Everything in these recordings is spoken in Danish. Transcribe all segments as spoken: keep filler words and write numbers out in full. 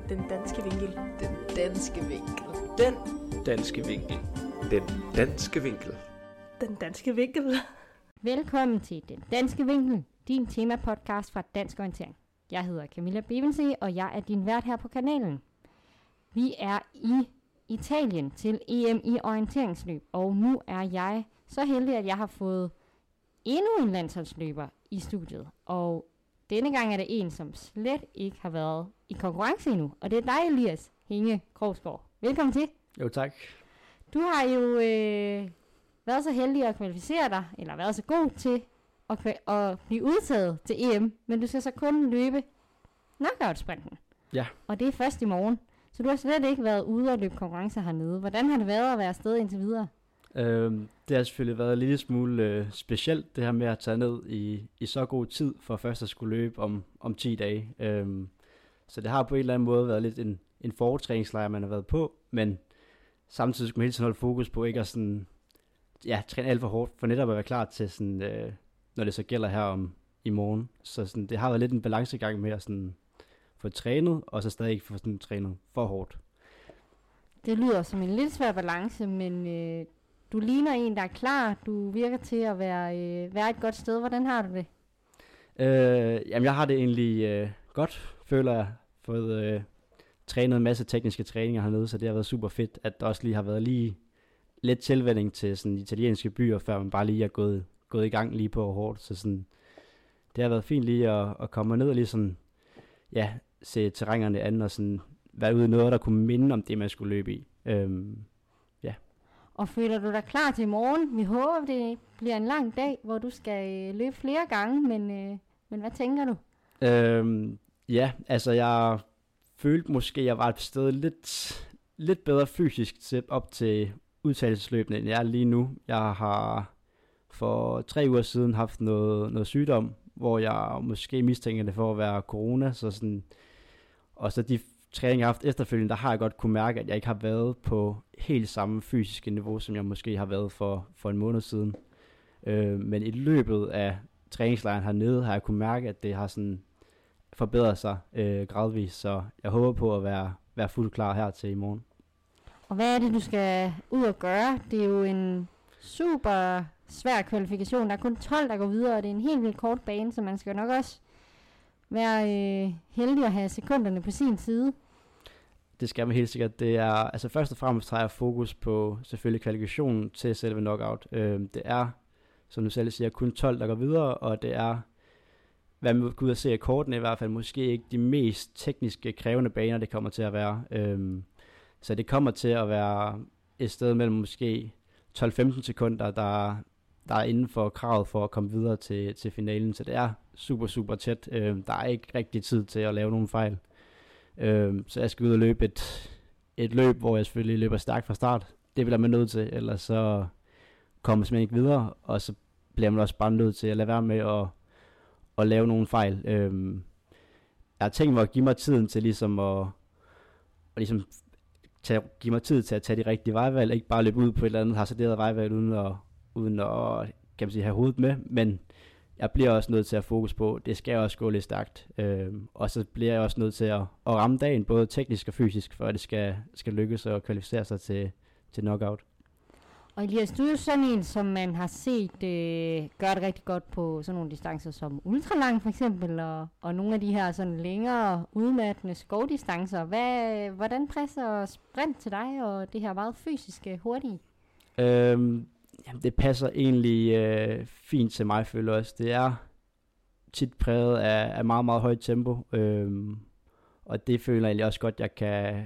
Den danske vinkel. Den danske vinkel. Den danske vinkel. Den danske vinkel. Den danske vinkel. Velkommen til Den Danske Vinkel, din temapodcast fra Dansk Orientering. Jeg hedder Camilla Bevensee, og jeg er din vært her på kanalen. Vi er i Italien til E M i orienteringsløb, og nu er jeg så heldig, at jeg har fået endnu en landsholdsløber i studiet. Og denne gang er det en, som slet ikke har været i konkurrence endnu, og det er dig, Elias Hinge Krogsgaard. Velkommen til. Jo, tak. Du har jo øh, været så heldig at kvalificere dig, eller været så god til at, kva- at blive udtaget til E M, men du skal så kun løbe knockout-sprinten. Ja. Og det er først i morgen. Så du har slet ikke været ude og løbe konkurrencer hernede. Hvordan har det været at være afsted indtil videre? Øhm, det har selvfølgelig været en lille smule øh, specielt, det her med at tage ned i, i så god tid, for først at skulle løbe om, om ti dage. Øhm, så det har på en eller anden måde været lidt en, en fortræningslejr, man har været på, men samtidig skulle man hele tiden holde fokus på ikke at sådan, ja, træne alt for hårdt, for netop at være klar til, sådan, øh, når det så gælder her om i morgen. Så sådan, det har været lidt en balancegang med at sådan, få trænet, og så stadig ikke få sådan, trænet for hårdt. Det lyder som en lidt svær balance, men øh, du ligner en, der er klar. Du virker til at være, øh, være et godt sted. Hvordan har du det? Øh, jamen, jeg har det egentlig øh, godt, føler jeg. Fået øh, trænet en masse tekniske træninger hernede, så det har været super fedt, at der også lige har været lige lidt tilvænning til sådan italienske byer, før man bare lige er gået, gået i gang lige på hårdt. Så sådan, det har været fint lige at, at komme ned og lige sådan, ja, se terrængerne an og sådan være ude i noget, der kunne minde om det, man skulle løbe i. Øhm, ja. Og føler du dig klar til i morgen? Vi håber, det bliver en lang dag, hvor du skal øh, løbe flere gange, men, øh, men hvad tænker du? Øhm, ja, altså jeg følte måske, at jeg var et sted lidt, lidt bedre fysisk til, op til udtagelsesløbene, end jeg er lige nu. Jeg har for tre uger siden haft noget, noget sygdom, hvor jeg måske mistænker det for at være corona, så sådan, og så de træninger, jeg har haft efterfølgende, der har jeg godt kunne mærke, at jeg ikke har været på helt samme fysiske niveau, som jeg måske har været for, for en måned siden. Øh, men i løbet af træningslejren hernede, har jeg kunne mærke, at det har sådan forbedret sig øh, gradvist, så jeg håber på at være, være fuldt klar her til i morgen. Og hvad er det, du skal ud og gøre? Det er jo en super svær kvalifikation. Der er kun tolv, der går videre, og det er en helt vildt kort bane, så man skal nok også være øh, heldig at have sekunderne på sin side. Det skal man helt sikkert. Det er, altså først og fremmest har jeg fokus på selvfølgelig kvalifikationen til selve knockout. Øh, det er, som du selv siger, kun tolv, der går videre, og det er, hvad man kan ud og se af kortene i hvert fald, måske ikke de mest tekniske krævende baner, det kommer til at være. Øh, så det kommer til at være et sted mellem måske tolv til femten sekunder, der, der er inden for kravet for at komme videre til, til finalen. Så det er super, super tæt. Øh, der er ikke rigtig tid til at lave nogen fejl. Øh, så jeg skal ud og løbe et, et løb, hvor jeg selvfølgelig løber stærkt fra start. Det bliver man nødt til, ellers så kommer man simpelthen ikke videre. Og så bliver man også bare nødt til at lade være med at, at lave nogen fejl. Øh, jeg har tænkt mig at give mig tiden til ligesom at, at ligesom tage, give mig tid til at tage de rigtige vejvalg, ikke bare løbe ud på et eller andet hasarderet vejvalg, uden at, uden at kan man sige, have hovedet med, men jeg bliver også nødt til at fokus på, det skal også gå lidt stærkt, øhm, og så bliver jeg også nødt til at, at ramme dagen, både teknisk og fysisk, for at det skal, skal lykkes at kvalificere sig til, til knockout. Og Elias, du er jo sådan en, som man har set øh, gøre det rigtig godt på sådan nogle distancer som ultralang for eksempel, og, og nogle af de her sådan længere, udmattende skovdistancer. Hvad, hvordan presser sprint til dig, og det her meget fysiske hurtige? Øhm, jamen det passer egentlig øh, fint til mig, føler jeg også. Det er tit præget af, af meget, meget højt tempo, øhm, og det føler jeg egentlig også godt, jeg kan,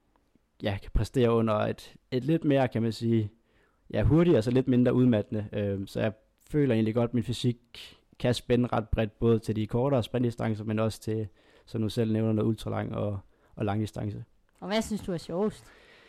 jeg kan præstere under et, et lidt mere, kan man sige, ja, hurtigere, så lidt mindre udmattende. Øh, så jeg føler egentlig godt, at min fysik kan spænde ret bredt, både til de kortere sprintdistancer, men også til, som du selv nævner, noget ultralang og, og langdistance. Og hvad synes du er sjovest?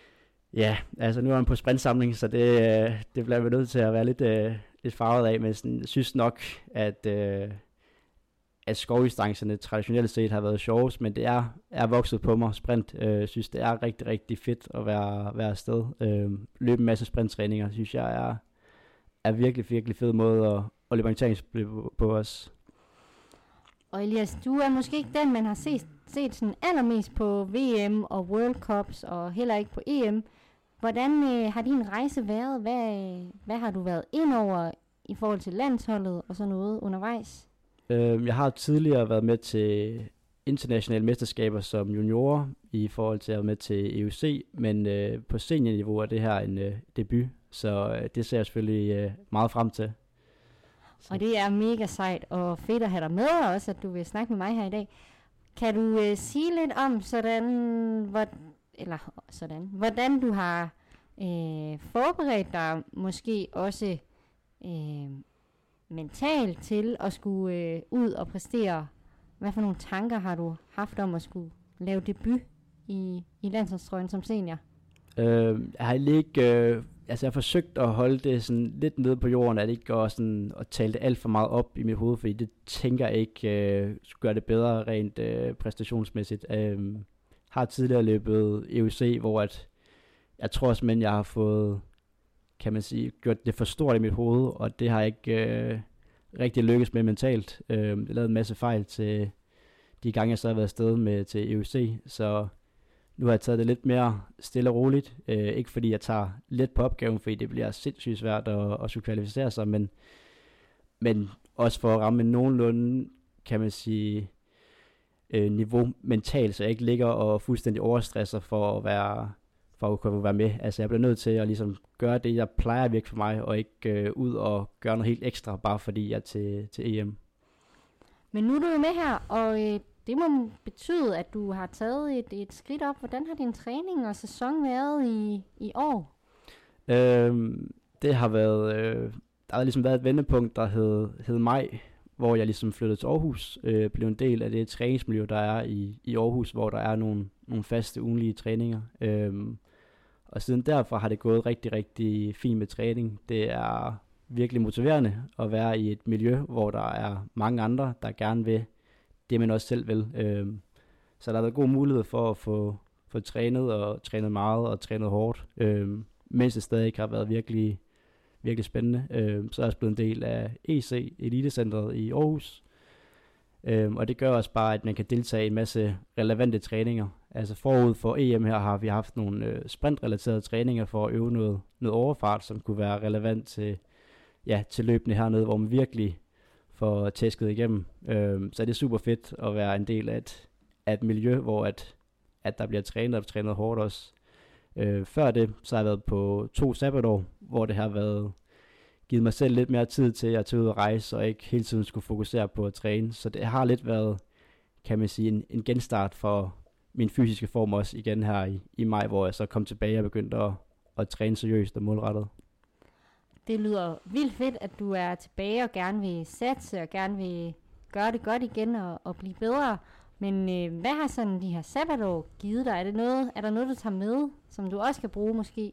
Ja, altså nu er man på sprintsamling, så det, øh, det bliver vi nødt til at være lidt, øh, lidt farvet af, men sådan, jeg synes nok, at, øh, at skovdistancerne traditionelt set har været sjovest, men det er, er vokset på mig. Sprint, øh, jeg synes, det er rigtig, rigtig fedt at være, være afsted. Øh, løbe en masse sprinttræninger, synes jeg er, er virkelig, virkelig fed måde at, at løbe orienteringsløb på os. Og Elias, du er måske ikke den, man har set, set sådan allermest på V M og World Cups, og heller ikke på E M. Hvordan øh, har din rejse været? Hvad, hvad har du været ind over i forhold til landsholdet og sådan noget undervejs? Øh, jeg har tidligere været med til internationale mesterskaber som juniorer i forhold til at være med til E U C, men øh, på seniorniveau er det her en øh, debut, så øh, det ser jeg selvfølgelig øh, meget frem til. Så. Og det er mega sejt og fedt at have dig med, og også at du vil snakke med mig her i dag. Kan du øh, sige lidt om, sådan, hvor, eller, sådan, hvordan du har øh, forberedt dig måske også øh, mentalt til at skulle øh, ud og præstere? Hvad for nogle tanker har du haft om at skulle lave debut i, i landsholdstrøjen som senior? Øh, jeg har ikke, øh, altså jeg har forsøgt at holde det sådan lidt nede på jorden, at ikke gå sådan og tale det alt for meget op i mit hoved, fordi det tænker jeg ikke øh, skulle gøre det bedre rent øh, præstationsmæssigt. Øh, har tidligere løbet E U C, hvor at jeg tror simpelthen, jeg har fået, kan man sige, gjort det for stort i mit hoved, og det har jeg ikke øh, rigtig lykkes med mentalt. Øh, jeg har lavet en masse fejl til de gange, jeg så har været afsted med til E U C, så nu har jeg taget det lidt mere stille og roligt. Øh, ikke fordi jeg tager let på opgaven, fordi det bliver sindssygt svært at, at skulle kvalificere sig, men, men også for at ramme nogenlunde, kan man sige, øh, niveau mentalt, så jeg ikke ligger og fuldstændig overstresser for at være, for at kunne være med. Altså jeg bliver nødt til at ligesom gøre det, jeg plejer at virke for mig, og ikke øh, ud og gøre noget helt ekstra, bare fordi jeg er til, til E M. Men nu er du jo med her, og øh, det må betyde, at du har taget et, et skridt op. Hvordan har din træning og sæson været i, i år? Øhm, det har været, øh, der har ligesom været et vendepunkt, der hed, hed maj, hvor jeg ligesom flyttede til Aarhus, øh, blev en del af det træningsmiljø, der er i, i Aarhus, hvor der er nogle, nogle faste ugenlige træninger. Øhm, og siden derfra har det gået rigtig, rigtig fint med træning. Det er virkelig motiverende at være i et miljø, hvor der er mange andre, der gerne vil det, man også selv vil. Øhm, så der har været god mulighed for at få, få trænet og trænet meget og trænet hårdt, øhm, mens det stadig har været virkelig, virkelig spændende. Øhm, så er jeg også blevet en del af E C, Elitecentret i Aarhus. Øhm, og det gør også bare, at man kan deltage i en masse relevante træninger. Altså forud for E M her har vi haft nogle øh, sprintrelaterede træninger for at øve noget, noget overfart, som kunne være relevant til, ja, til løbende hernede, hvor man virkelig får tæsket igennem. Øhm, så er det super fedt at være en del af et, af et miljø, hvor at, at der bliver trænet og trænet hårdt også. Øh, før det, så har jeg været på to sabbatår, hvor det har været givet mig selv lidt mere tid til at tage ud og rejse, og ikke hele tiden skulle fokusere på at træne. Så det har lidt været, kan man sige, en, en genstart for min fysiske form også igen her i, i maj, hvor jeg så kom tilbage og begyndte at, at træne seriøst og målrettet. Det lyder vildt fedt, at du er tilbage og gerne vil satse og gerne vil gøre det godt igen og, og blive bedre. Men øh, hvad har sådan de her sabbatår givet dig? Er, det noget, er der noget, du tager med, som du også kan bruge måske?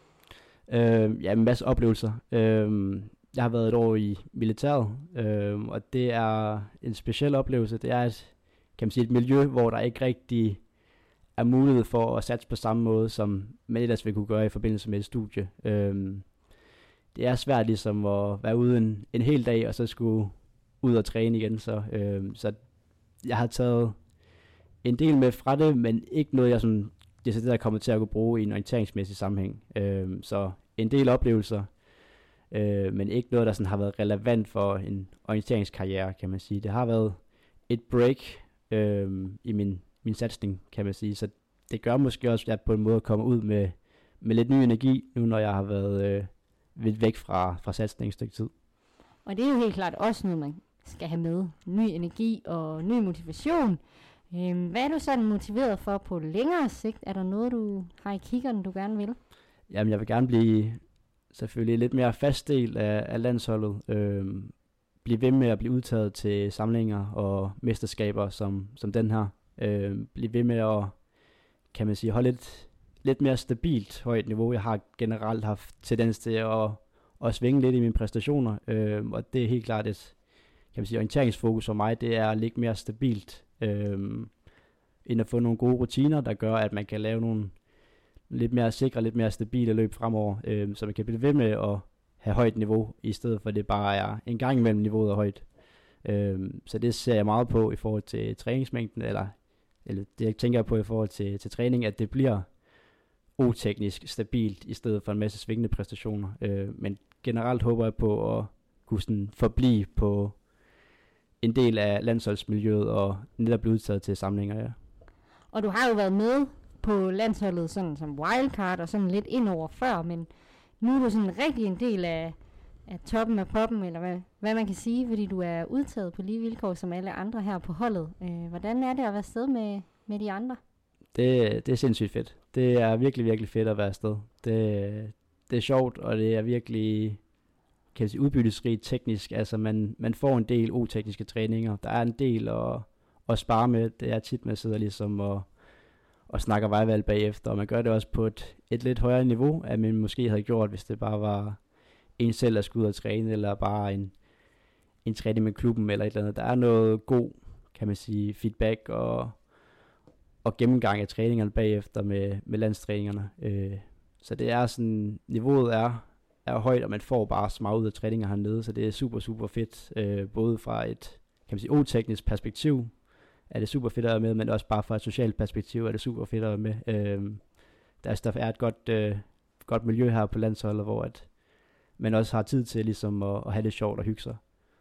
Øh, ja, en masse oplevelser. Øh, jeg har været et år i militæret, øh, og det er en speciel oplevelse. Det er et, kan man sige, et miljø, hvor der ikke rigtig er mulighed for at satse på samme måde, som man ellers vil kunne gøre i forbindelse med et studie. Øh, det er svært ligesom at være ude en, en hel dag, og så skulle ud og træne igen. Så, øh, så jeg har taget en del med fra det, men ikke noget, jeg sådan, det er det, der kommer til at kunne bruge i en orienteringsmæssig sammenhæng. Øh, så en del oplevelser, øh, men ikke noget, der sådan har været relevant for en orienteringskarriere, kan man sige. Det har været et break øh, i min, min satsning, kan man sige. Så det gør måske også, at jeg på en måde kommer ud med, med lidt ny energi, nu når jeg har været øh, lidt væk fra, fra satsning et stykke tid. Og det er jo helt klart også noget, man skal have med. Ny energi og ny motivation. Øhm, hvad er du sådan motiveret for på længere sigt? Er der noget, du har i kiggeren, du gerne vil? Jamen, jeg vil gerne blive selvfølgelig lidt mere fast del af, af landsholdet. Øhm, blive ved med at blive udtaget til samlinger og mesterskaber som, som den her. Øhm, blive ved med at, kan man sige, holde et lidt mere stabilt højt niveau. Jeg har generelt haft tendens til at, at svinge lidt i mine præstationer, øhm, og det er helt klart et, kan man sige, orienteringsfokus for mig, det er at ligge mere stabilt, øhm, end at få nogle gode rutiner, der gør, at man kan lave nogle lidt mere sikre, lidt mere stabile løb fremover, øhm, så man kan blive ved med at have højt niveau, i stedet for at det bare er en gang imellem niveauet er højt. Øh, så det ser jeg meget på i forhold til træningsmængden, eller, eller det jeg tænker på i forhold til, til træning, at det bliver oteknisk stabilt, i stedet for en masse svingende præstationer. Øh, men generelt håber jeg på at kunne sådan forblive på en del af landsholdsmiljøet, og netop blive udtaget til samlinger, ja. Og du har jo været med på landsholdet sådan som wildcard og sådan lidt indover før, men nu er du sådan rigtig en del af, af toppen af poppen, eller hvad, hvad man kan sige, fordi du er udtaget på lige vilkår som alle andre her på holdet. Øh, hvordan er det at være afsted med, med de andre? Det, det er sindssygt fedt. Det er virkelig, virkelig fedt at være afsted. Det, det er sjovt, og det er virkelig, kan jeg sige, udbyttesrigt teknisk. Altså man, man får en del otekniske træninger. Der er en del at, at spare med. Det er tit, man sidder ligesom og, og snakker vejvalg bagefter, og man gør det også på et, et lidt højere niveau, at man måske havde gjort, hvis det bare var en selv, der skulle ud og træne, eller bare en, en træning med klubben, eller et eller andet. Der er noget god, kan man sige, feedback og og gennemgang af træningerne bagefter med, med landstræningerne. Øh, så det er sådan, niveauet er, er højt, og man får bare så meget ud af træninger hernede, så det er super, super fedt. Øh, både fra et, kan man sige, oteknisk perspektiv er det super fedt at være med, men også bare fra et socialt perspektiv er det super fedt at være med. Øh, der, der er et godt, øh, godt miljø her på landsholdet, hvor at man også har tid til ligesom at, at have det sjovt og hygge sig.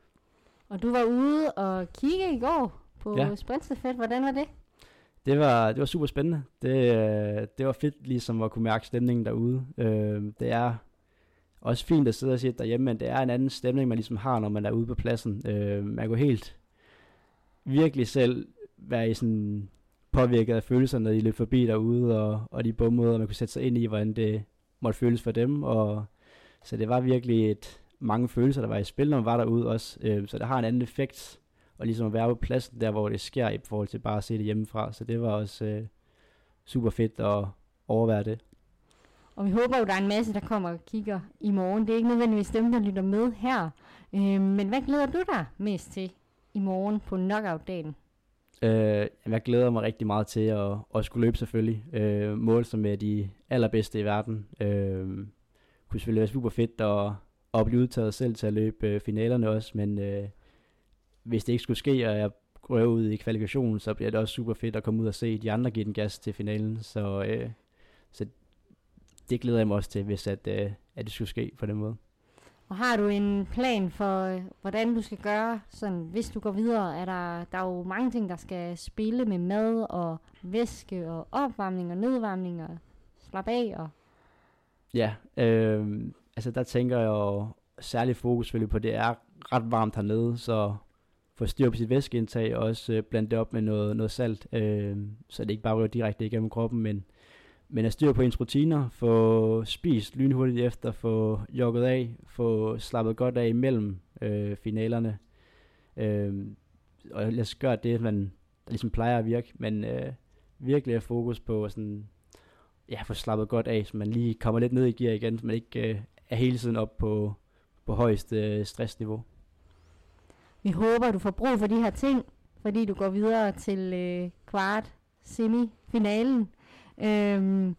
Og du var ude og kigge i går på ja. sprintstafet. Hvordan var det? Det var, det var super spændende. Det, øh, det var fedt ligesom at kunne mærke stemningen derude. Øh, det er også fint at sidde og sige derhjemme, men det er en anden stemning, man ligesom har, når man er ude på pladsen. Øh, man kunne helt virkelig selv være i sådan påvirket af følelserne, når de løb forbi derude, og, og de bommede, og man kunne sætte sig ind i, hvordan det måtte føles for dem. Og, så det var virkelig et, mange følelser, der var i spil, når man var derude også. Øh, så det har en anden effekt, og ligesom at være på pladsen der, hvor det sker, i forhold til bare at se det hjemmefra. Så det var også øh, super fedt at overvære det. Og vi håber jo, der er en masse, der kommer og kigger i morgen. Det er ikke nødvendigvis dem, der lytter med her. Øh, men hvad glæder du dig mest til i morgen på knockout-dagen? Øh, jeg glæder mig rigtig meget til at, at skulle løbe selvfølgelig. Øh, mål som er de allerbedste i verden. Øh, kunne selvfølgelig være super fedt at, at blive udtaget selv til at løbe øh, finalerne også, men øh, hvis det ikke skulle ske, og jeg går ud i kvalifikationen, så bliver det også super fedt at komme ud og se de andre give den gas til finalen. Så, øh, så det glæder jeg mig også til, hvis at, øh, at det skulle ske på den måde. Og har du en plan for, hvordan du skal gøre, sådan, hvis du går videre? Er der, der er jo mange ting, der skal spille med mad og væske og opvarmning og nedvarmning og slap af. Og Ja, øh, altså der tænker jeg jo særlig fokus selvfølgelig på, det er ret varmt hernede, så få styr på sit væskeindtag og også øh, blande det op med noget, noget salt, øh, så det ikke bare ryger direkte igennem kroppen, men, men at styr på ens rutiner, få spist lynhurtigt efter, få jogget af, få slappet godt af imellem øh, finalerne, øh, og lad os gøre det, man der ligesom plejer at virke, men øh, virkelig have fokus på sådan, ja, få slappet godt af, så man lige kommer lidt ned i gear igen, så man ikke øh, er hele tiden op på, på højeste øh, stressniveau. Vi håber, du får brug for de her ting, fordi du går videre til øh, kvart semifinalen. Øhm,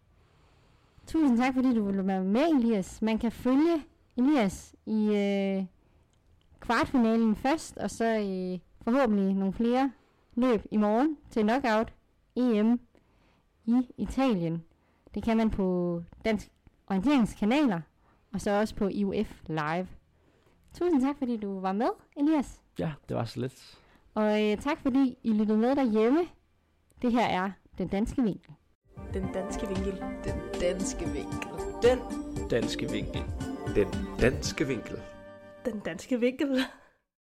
tusind tak, fordi du ville være med, Elias. Man kan følge Elias i øh, kvartfinalen først, og så øh, forhåbentlig nogle flere løb i morgen til Knockout E M i Italien. Det kan man på Dansk Orienteringskanaler, og så også på I U F Live. Tusind tak, fordi du var med, Elias. Ja, det var så lidt. Og øh, tak, fordi I lyttede med derhjemme. Det her er Den Danske Vinkel. Den danske vinkel. Den danske vinkel. Den danske vinkel. Den danske vinkel. Den danske vinkel.